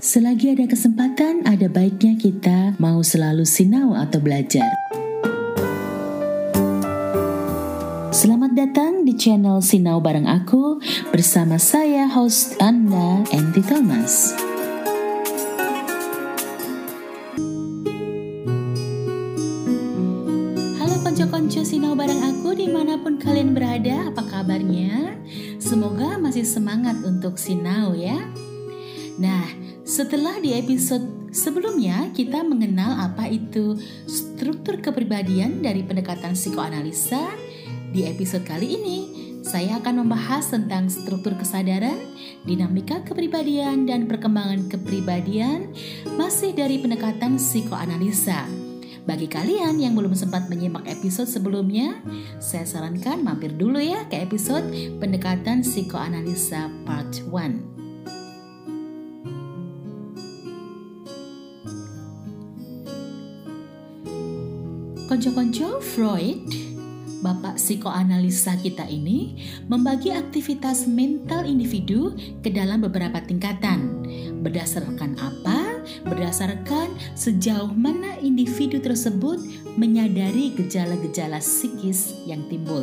Selagi ada kesempatan, ada baiknya kita mau selalu sinau atau belajar. Selamat datang di channel Sinau Bareng Aku bersama saya host Anda, Enti Thomas. Halo konco-konco Sinau Bareng Aku dimanapun kalian berada, apa kabarnya? Semoga masih semangat untuk sinau ya. Nah, setelah di episode sebelumnya kita mengenal apa itu struktur kepribadian dari pendekatan psikoanalisa, di episode kali ini saya akan membahas tentang struktur kesadaran, dinamika kepribadian, dan perkembangan kepribadian masih dari pendekatan psikoanalisa. Bagi kalian yang belum sempat menyimak episode sebelumnya, saya sarankan mampir dulu ya ke episode pendekatan psikoanalisa part 1. Konco-konco, Freud, bapak psikoanalisa kita ini, membagi aktivitas mental individu ke dalam beberapa tingkatan. Berdasarkan apa? Berdasarkan sejauh mana individu tersebut menyadari gejala-gejala psikis yang timbul.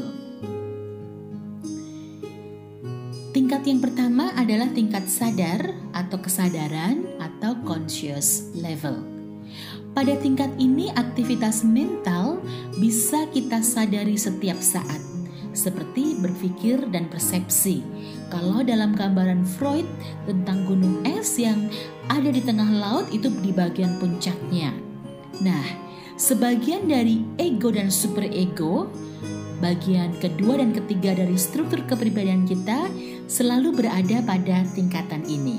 Tingkat yang pertama adalah tingkat sadar atau kesadaran atau conscious level. Pada tingkat ini aktivitas mental bisa kita sadari setiap saat, seperti berpikir dan persepsi. Kalau dalam gambaran Freud tentang gunung es yang ada di tengah laut itu di bagian puncaknya. Nah, sebagian dari ego dan superego, bagian kedua dan ketiga dari struktur kepribadian kita selalu berada pada tingkatan ini.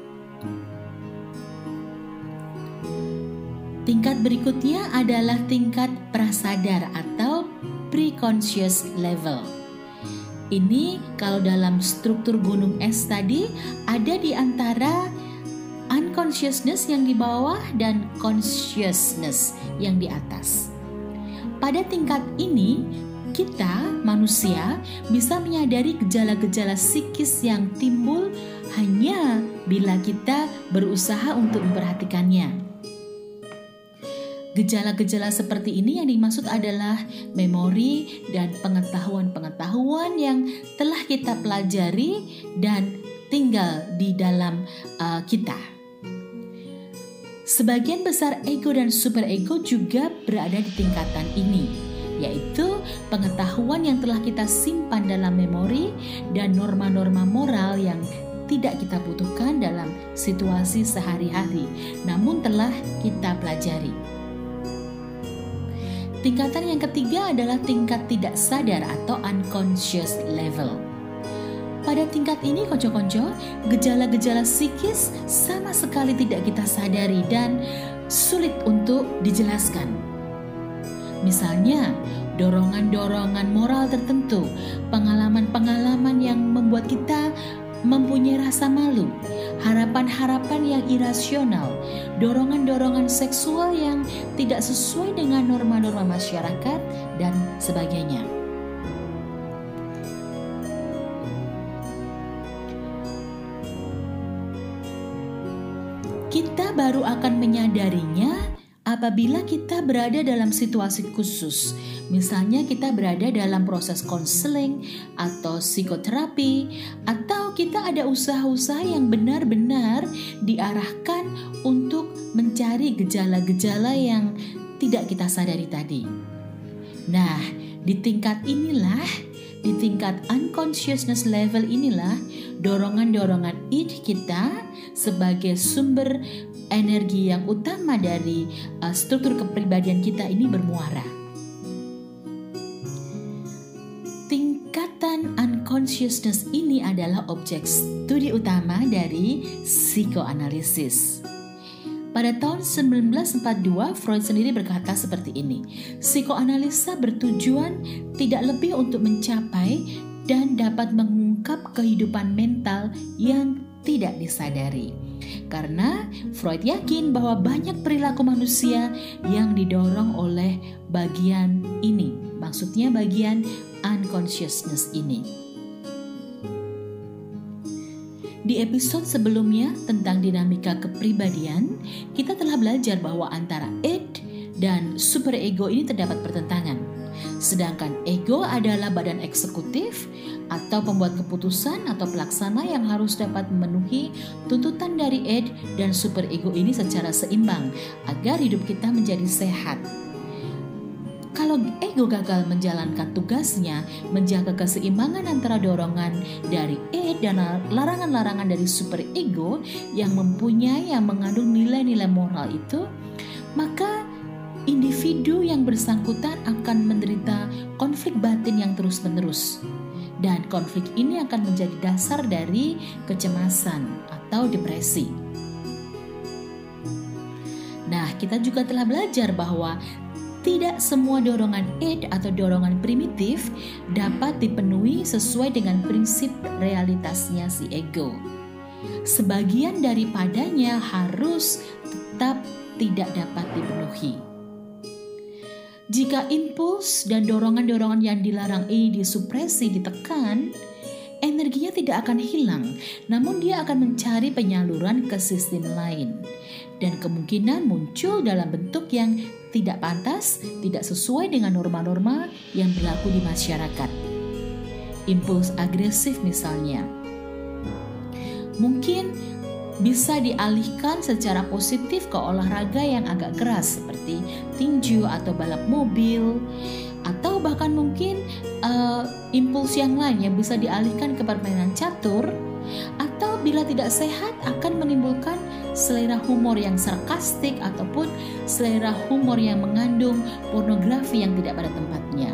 Tingkat berikutnya adalah tingkat prasadar atau preconscious level. Ini kalau dalam struktur gunung es tadi ada di antara unconsciousness yang di bawah dan consciousness yang di atas. Pada tingkat ini, kita manusia bisa menyadari gejala-gejala psikis yang timbul hanya bila kita berusaha untuk memperhatikannya. Gejala-gejala seperti ini yang dimaksud adalah memori dan pengetahuan-pengetahuan yang telah kita pelajari dan tinggal di dalam kita. Sebagian besar ego dan superego juga berada di tingkatan ini, yaitu pengetahuan yang telah kita simpan dalam memori dan norma-norma moral yang tidak kita butuhkan dalam situasi sehari-hari, namun telah kita pelajari. Tingkatan yang ketiga adalah tingkat tidak sadar atau unconscious level. Pada tingkat ini, konco-konco, gejala-gejala psikis sama sekali tidak kita sadari dan sulit untuk dijelaskan. Misalnya, dorongan-dorongan moral tertentu, pengalaman-pengalaman yang membuat kita mempunyai rasa malu, harapan-harapan yang irasional, dorongan-dorongan seksual yang tidak sesuai dengan norma-norma masyarakat, dan sebagainya. Kita baru akan menyadarinya apabila kita berada dalam situasi khusus. Misalnya kita berada dalam proses konseling atau psikoterapi, atau kita ada usaha-usaha yang benar-benar diarahkan untuk mencari gejala-gejala yang tidak kita sadari tadi. Nah, di tingkat inilah, di tingkat unconsciousness level inilah, dorongan-dorongan id kita sebagai sumber energi yang utama dari struktur kepribadian kita ini bermuara. Tingkatan unconsciousness ini adalah objek studi utama dari psikoanalisis. Pada tahun 1942, Freud sendiri berkata seperti ini, psikoanalisa bertujuan tidak lebih untuk mencapai dan dapat mengungkap kehidupan mental yang tidak disadari. Karena Freud yakin bahwa banyak perilaku manusia yang didorong oleh bagian ini, maksudnya bagian unconsciousness ini. Di episode sebelumnya tentang dinamika kepribadian, kita telah belajar bahwa antara id dan superego ini terdapat pertentangan. Sedangkan ego adalah badan eksekutif atau pembuat keputusan atau pelaksana yang harus dapat memenuhi tuntutan dari id dan superego ini secara seimbang agar hidup kita menjadi sehat. Kalau ego gagal menjalankan tugasnya, menjaga keseimbangan antara dorongan dari id dan larangan-larangan dari superego yang mengandung nilai-nilai moral itu, maka individu yang bersangkutan akan menderita konflik batin yang terus-menerus. Dan konflik ini akan menjadi dasar dari kecemasan atau depresi. Nah, kita juga telah belajar bahwa tidak semua dorongan id atau dorongan primitif dapat dipenuhi sesuai dengan prinsip realitasnya si ego. Sebagian daripadanya harus tetap tidak dapat dipenuhi. Jika impuls dan dorongan-dorongan yang dilarang ini disupresi, ditekan, energinya tidak akan hilang, namun dia akan mencari penyaluran ke sistem lain. Dan kemungkinan muncul dalam bentuk yang tidak pantas, tidak sesuai dengan norma-norma yang berlaku di masyarakat. Impuls agresif misalnya, mungkin bisa dialihkan secara positif ke olahraga yang agak keras seperti tinju atau balap mobil, atau bahkan mungkin impuls yang lain yang bisa dialihkan ke permainan catur, atau bila tidak sehat akan menimbulkan selera humor yang sarkastik ataupun selera humor yang mengandung pornografi yang tidak pada tempatnya.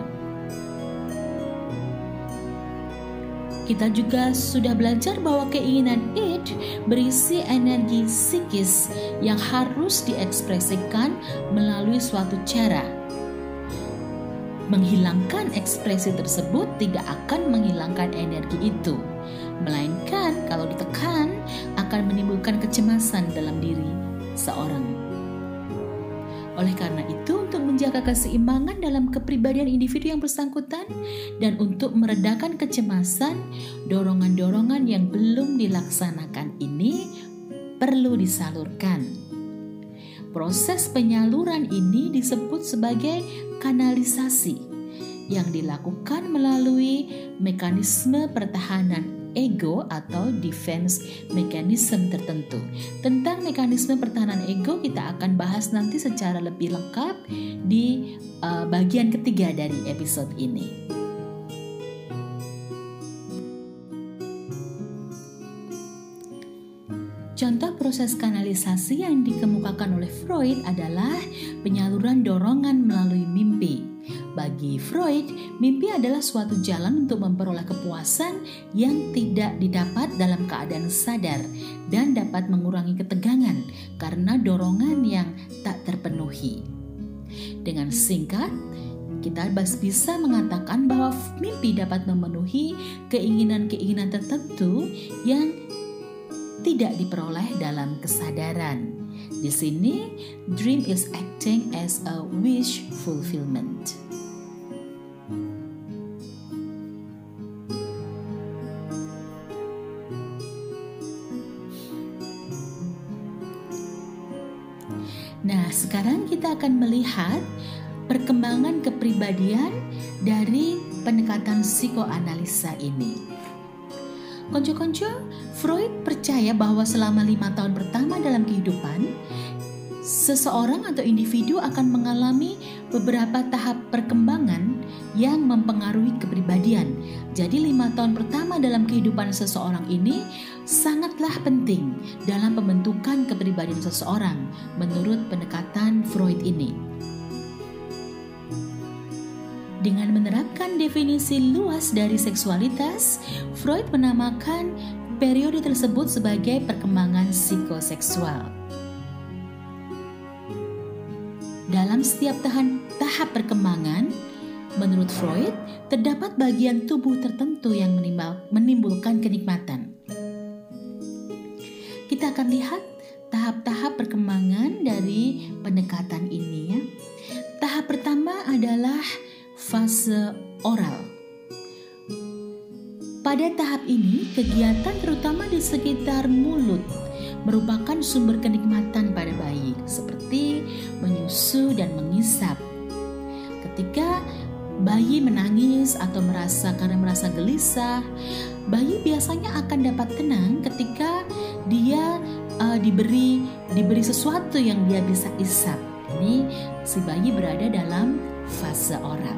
Kita juga sudah belajar bahwa keinginan id berisi energi psikis yang harus diekspresikan melalui suatu cara. Menghilangkan ekspresi tersebut tidak akan menghilangkan energi itu, melainkan kalau ditekan akan menimbulkan kecemasan dalam diri seorang. Oleh karena itu, untuk menjaga keseimbangan dalam kepribadian individu yang bersangkutan dan untuk meredakan kecemasan, dorongan-dorongan yang belum dilaksanakan ini perlu disalurkan. Proses penyaluran ini disebut sebagai kanalisasi yang dilakukan melalui mekanisme pertahanan ego atau defense mechanism tertentu. Tentang mekanisme pertahanan ego kita akan bahas nanti secara lebih lengkap di bagian ketiga dari episode ini. Contoh proses kanalisasi yang dikemukakan oleh Freud adalah penyaluran dorongan melalui mimpi. Bagi Freud, mimpi adalah suatu jalan untuk memperoleh kepuasan yang tidak didapat dalam keadaan sadar dan dapat mengurangi ketegangan karena dorongan yang tak terpenuhi. Dengan singkat, kita bisa mengatakan bahwa mimpi dapat memenuhi keinginan-keinginan tertentu yang tidak diperoleh dalam kesadaran. Di sini, dream is acting as a wish fulfillment. Nah, sekarang kita akan melihat perkembangan kepribadian dari pendekatan psikoanalisa ini. Konco-konco, Freud percaya bahwa selama 5 tahun pertama dalam kehidupan, seseorang atau individu akan mengalami beberapa tahap perkembangan yang mempengaruhi kepribadian. Jadi 5 tahun pertama dalam kehidupan seseorang ini sangatlah penting dalam pembentukan kepribadian seseorang menurut pendekatan Freud ini. Dengan menerapkan definisi luas dari seksualitas, Freud menamakan periode tersebut sebagai perkembangan psikoseksual. Dalam setiap tahap perkembangan, menurut Freud, terdapat bagian tubuh tertentu yang menimbulkan kenikmatan. Kita akan lihat tahap-tahap perkembangan dari pendekatan ini ya. Tahap pertama adalah fase oral. Pada tahap ini, kegiatan terutama di sekitar mulut merupakan sumber kenikmatan pada bayi, seperti menyusu dan mengisap. Ketika bayi menangis atau karena merasa gelisah, bayi biasanya akan dapat tenang ketika dia diberi sesuatu yang dia bisa isap. Ini si bayi berada dalam fase oral.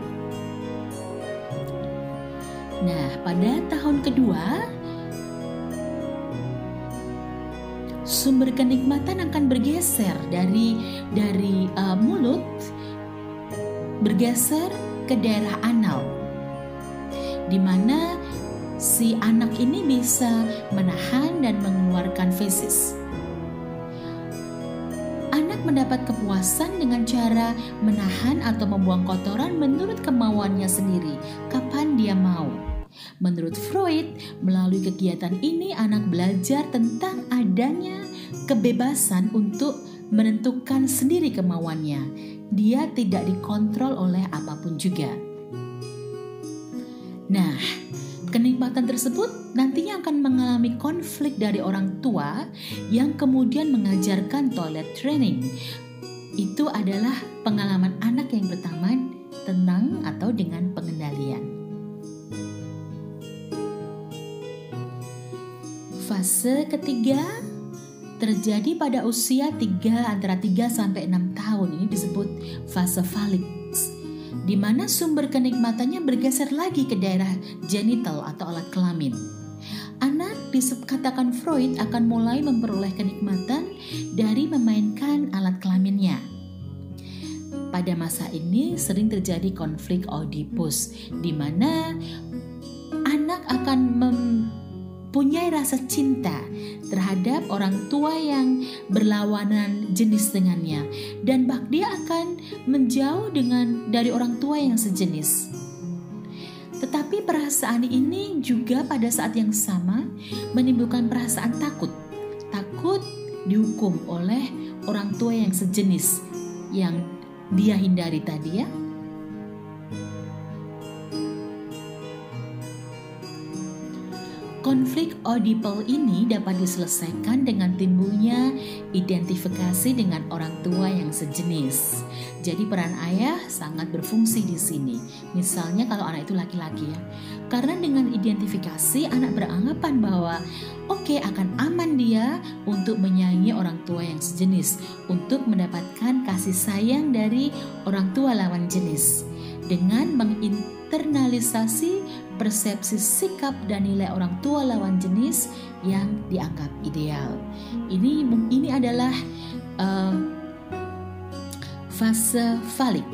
Nah, pada tahun kedua, sumber kenikmatan akan bergeser dari mulut bergeser ke daerah anal, di mana si anak ini bisa menahan dan mengeluarkan fesis. Anak mendapat kepuasan dengan cara menahan atau membuang kotoran menurut kemauannya sendiri, kapan dia mau. Menurut Freud, melalui kegiatan ini anak belajar tentang adanya kebebasan untuk menentukan sendiri kemauannya. Dia tidak dikontrol oleh apapun juga. Nah, kenikmatan tersebut nantinya akan mengalami konflik dari orang tua yang kemudian mengajarkan toilet training. Itu adalah pengalaman anak yang pertama tenang atau dengan pengendalian. Fase ketiga terjadi pada usia antara 3 sampai 6 tahun. Ini disebut fase falik, di mana sumber kenikmatannya bergeser lagi ke daerah genital atau alat kelamin. Anak, dikatakan Freud, akan mulai memperoleh kenikmatan dari memainkan alat kelaminnya. Pada masa ini sering terjadi konflik Oedipus, di mana anak akan mempunyai rasa cinta terhadap orang tua yang berlawanan jenis dengannya, dan dia akan menjauh dari orang tua yang sejenis. Tetapi perasaan ini juga pada saat yang sama menimbulkan perasaan takut dihukum oleh orang tua yang sejenis yang dia hindari tadi ya. Konflik Oedipal ini dapat diselesaikan dengan timbulnya identifikasi dengan orang tua yang sejenis. Jadi peran ayah sangat berfungsi di sini. Misalnya kalau anak itu laki-laki ya. Karena dengan identifikasi anak beranggapan bahwa akan aman dia untuk menyayangi orang tua yang sejenis, untuk mendapatkan kasih sayang dari orang tua lawan jenis. Dengan menginternalisasi persepsi sikap dan nilai orang tua lawan jenis yang dianggap ideal. Ini adalah fase falik.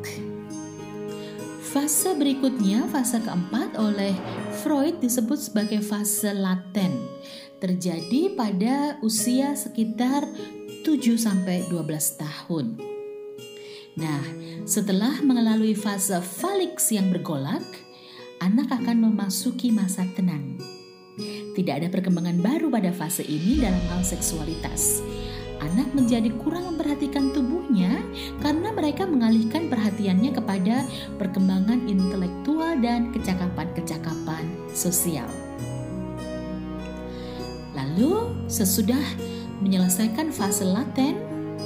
Fase berikutnya, fase keempat, oleh Freud disebut sebagai fase laten. Terjadi pada usia sekitar 7-12 tahun. Nah, setelah melalui fase falik yang bergolak, anak akan memasuki masa tenang. Tidak ada perkembangan baru pada fase ini dalam hal seksualitas. Anak menjadi kurang memperhatikan tubuhnya karena mereka mengalihkan perhatiannya kepada perkembangan intelektual dan kecakapan-kecakapan sosial. Lalu, sesudah menyelesaikan fase laten,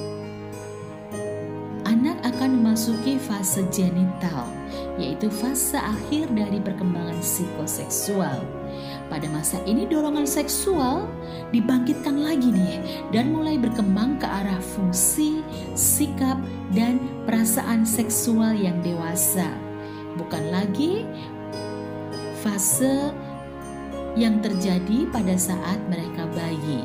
anak akan memasuki fase genital, yaitu fase akhir dari perkembangan psikoseksual. Pada masa ini dorongan seksual dibangkitkan lagi nih dan mulai berkembang ke arah fungsi, sikap, dan perasaan seksual yang dewasa. Bukan lagi fase yang terjadi pada saat mereka bayi.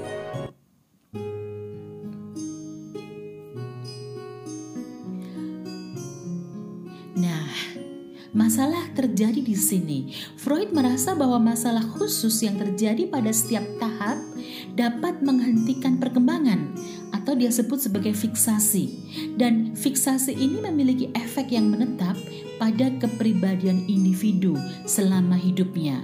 Nah, masalah terjadi di sini. Freud merasa bahwa masalah khusus yang terjadi pada setiap tahap dapat menghentikan perkembangan atau dia sebut sebagai fiksasi. Dan fiksasi ini memiliki efek yang menetap pada kepribadian individu selama hidupnya.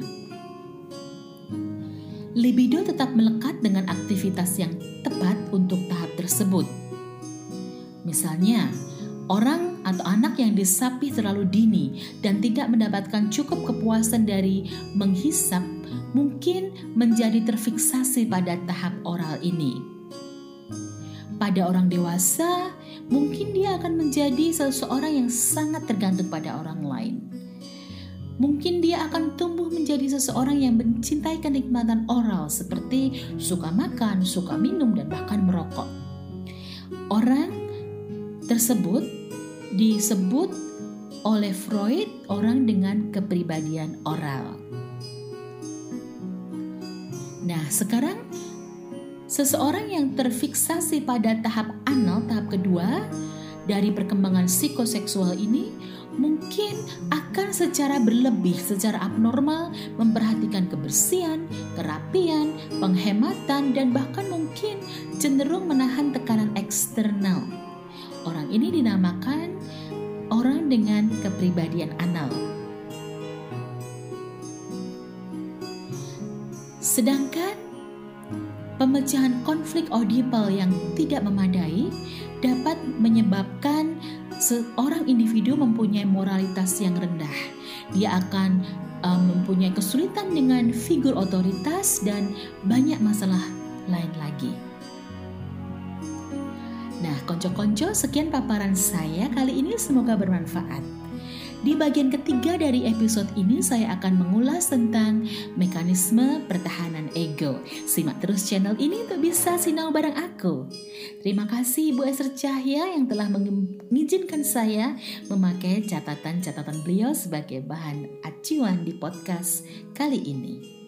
Libido tetap melekat dengan aktivitas yang tepat untuk tahap tersebut. Misalnya, orang atau anak yang disapih terlalu dini dan tidak mendapatkan cukup kepuasan dari menghisap mungkin menjadi terfiksasi pada tahap oral ini. Pada orang dewasa, mungkin dia akan menjadi seseorang yang sangat tergantung pada orang lain. Mungkin dia akan tumbuh menjadi seseorang yang mencintai kenikmatan oral seperti suka makan, suka minum, dan bahkan merokok. Orang tersebut disebut oleh Freud orang dengan kepribadian oral. Nah, sekarang seseorang yang terfiksasi pada tahap anal, tahap kedua dari perkembangan psikoseksual ini mungkin akan secara berlebih, secara abnormal memperhatikan kebersihan, kerapian, penghematan, dan bahkan mungkin cenderung menahan tekanan eksternal. Orang ini dinamakan orang dengan kepribadian anal. Sedangkan pemecahan konflik audibel yang tidak memadai dapat menyebabkan seorang individu mempunyai moralitas yang rendah. Dia akan mempunyai kesulitan dengan figur otoritas dan banyak masalah lain lagi. Nah, konco-konco, sekian paparan saya kali ini, semoga bermanfaat. Di bagian ketiga dari episode ini saya akan mengulas tentang mekanisme pertahanan ego. Simak terus channel ini untuk bisa sinau bareng aku. Terima kasih Ibu Esther Cahya yang telah mengizinkan saya memakai catatan-catatan beliau sebagai bahan acuan di podcast kali ini.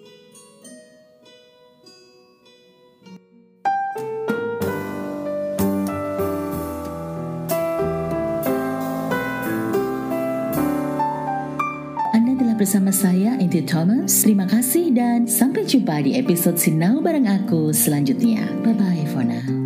Bersama saya, Inti Thomas. Terima kasih dan sampai jumpa di episode Sinau Bareng Aku selanjutnya. Bye-bye for now.